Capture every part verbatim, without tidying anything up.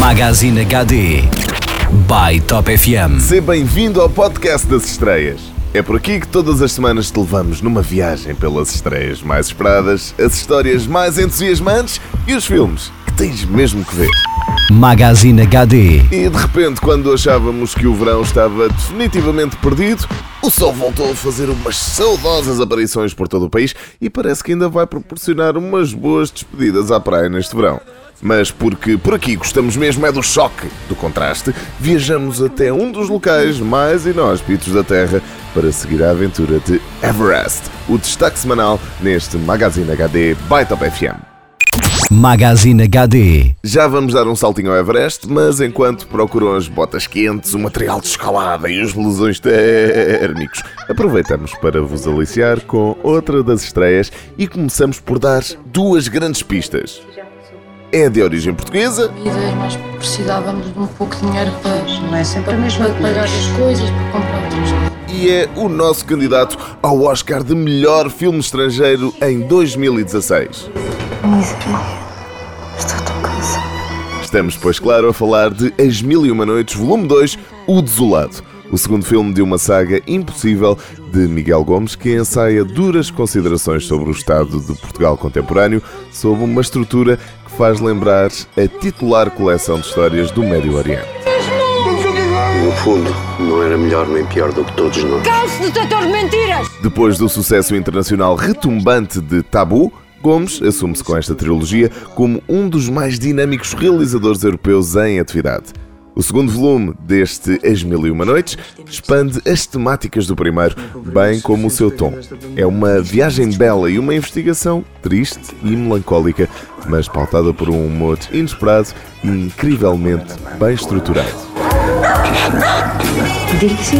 Magazine H D by Top F M. Seja bem-vindo ao podcast das estreias. É por aqui que todas as semanas te levamos numa viagem pelas estreias mais esperadas, as histórias mais entusiasmantes e os filmes que tens mesmo que ver. Magazine H D. E de repente, quando achávamos que o verão estava definitivamente perdido, o sol voltou a fazer umas saudosas aparições por todo o país e parece que ainda vai proporcionar umas boas despedidas à praia neste verão. Mas porque por aqui gostamos mesmo é do choque, do contraste, viajamos até um dos locais mais inóspitos da Terra para seguir a aventura de Everest, o destaque semanal neste Magazine H D by Top F M. Magazine H D. Já vamos dar um saltinho ao Everest, mas enquanto procuram as botas quentes, o material de escalada e os blusões térmicos, aproveitamos para vos aliciar com outra das estreias e começamos por dar duas grandes pistas. É de origem portuguesa. Vida, nós precisávamos de um pouco de dinheiro para, não é sempre para, a mesma para pagar as coisas, para comprar outras coisas. E é o nosso candidato ao Oscar de melhor filme estrangeiro em dois mil e dezasseis. Miséria, estou tão cansada. Estamos, pois claro, a falar de As Mil e Uma Noites, volume dois, O Desolado. O segundo filme de uma saga impossível de Miguel Gomes, que ensaia duras considerações sobre o estado de Portugal contemporâneo, sob uma estrutura que faz lembrar a titular coleção de histórias do Médio Oriente. No fundo, não era melhor nem pior do que todos nós. Calce, detetor de mentiras! Depois do sucesso internacional retumbante de Tabu, Gomes assume-se com esta trilogia como um dos mais dinâmicos realizadores europeus em atividade. O segundo volume deste As Mil e Uma Noites expande as temáticas do primeiro, bem como o seu tom. É uma viagem bela e uma investigação triste e melancólica, mas pautada por um humor inesperado e incrivelmente bem estruturado. Diga que sim.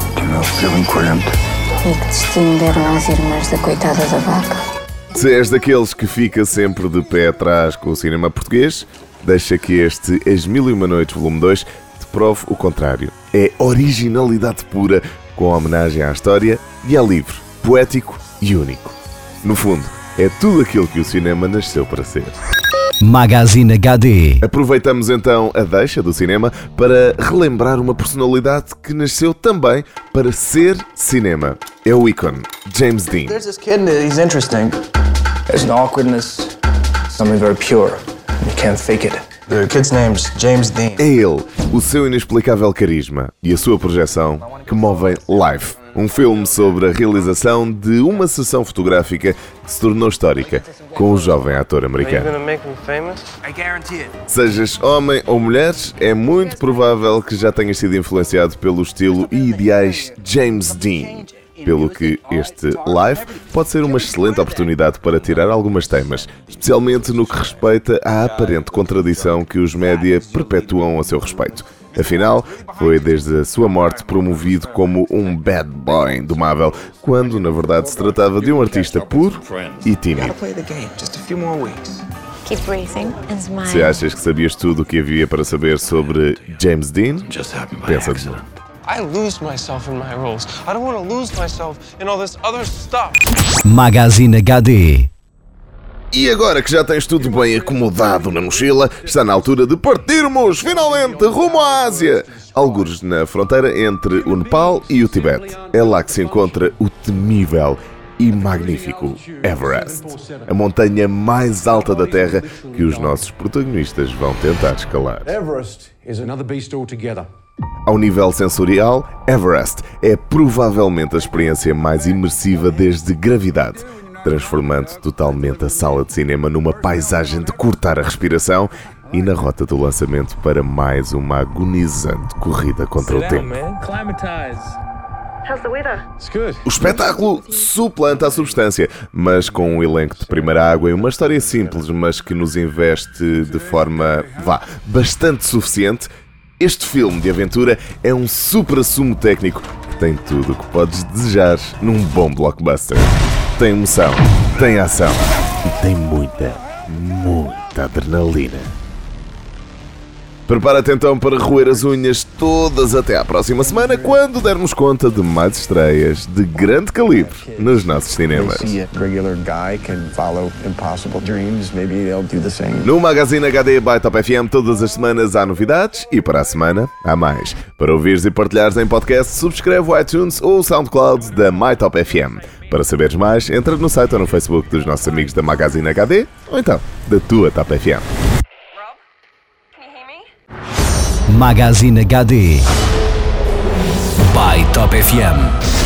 E que destino deram às irmãs da coitada da vaca? Se és daqueles que fica sempre de pé atrás com o cinema português, deixa que este As Mil e Uma Noites volume dois te prove o contrário. É originalidade pura, com homenagem à história e ao livro, poético e único. No fundo, é tudo aquilo que o cinema nasceu para ser. Magazine H D. Aproveitamos então a deixa do cinema para relembrar uma personalidade que nasceu também para ser cinema. É o ícone, James Dean. There's this kid and he's interesting. There's an awkwardness, something very pure. You can't fake it. The kid's name's James Dean. É ele, o seu inexplicável carisma e a sua projeção que movem Life, um filme sobre a realização de uma sessão fotográfica que se tornou histórica com o jovem ator americano. Sejas homem ou mulher, é muito provável que já tenhas sido influenciado pelo estilo e ideais James Dean. Pelo que este live pode ser uma excelente oportunidade para tirar algumas temas, especialmente no que respeita à aparente contradição que os média perpetuam a seu respeito. Afinal, foi desde a sua morte promovido como um bad boy indomável, quando na verdade se tratava de um artista puro e tímido. Keep breathing and smile. Se achas que sabias tudo o que havia para saber sobre James Dean, pensa de novo. I lose myself in my roles. I don't want to lose myself in all this other stuff. Magazine H D. E agora que já tens tudo bem acomodado na mochila, está na altura de partirmos finalmente rumo à Ásia, algures na fronteira entre o Nepal e o Tibete. É lá que se encontra o temível e magnífico Everest, a montanha mais alta da Terra que os nossos protagonistas vão tentar escalar. Everest is another beast altogether. Ao nível sensorial, Everest é provavelmente a experiência mais imersiva desde Gravidade, transformando totalmente a sala de cinema numa paisagem de cortar a respiração e na rota do lançamento para mais uma agonizante corrida contra o tempo. O espetáculo suplanta a substância, mas com um elenco de primeira água e uma história simples, mas que nos investe de forma, vá, bastante suficiente. Este filme de aventura é um supra-sumo técnico que tem tudo o que podes desejar num bom blockbuster. Tem emoção, tem ação e tem muita, muita adrenalina. Prepara-te então para roer as unhas todas até à próxima semana, quando dermos conta de mais estreias de grande calibre nos nossos cinemas. No Magazine H D by Top F M, todas as semanas há novidades e para a semana há mais. Para ouvires e partilhares em podcast, subscreve o iTunes ou o SoundCloud da My Top F M. Para saberes mais, entra no site ou no Facebook dos nossos amigos da Magazine H D ou então da tua Top F M. Magazine H D by Top F M.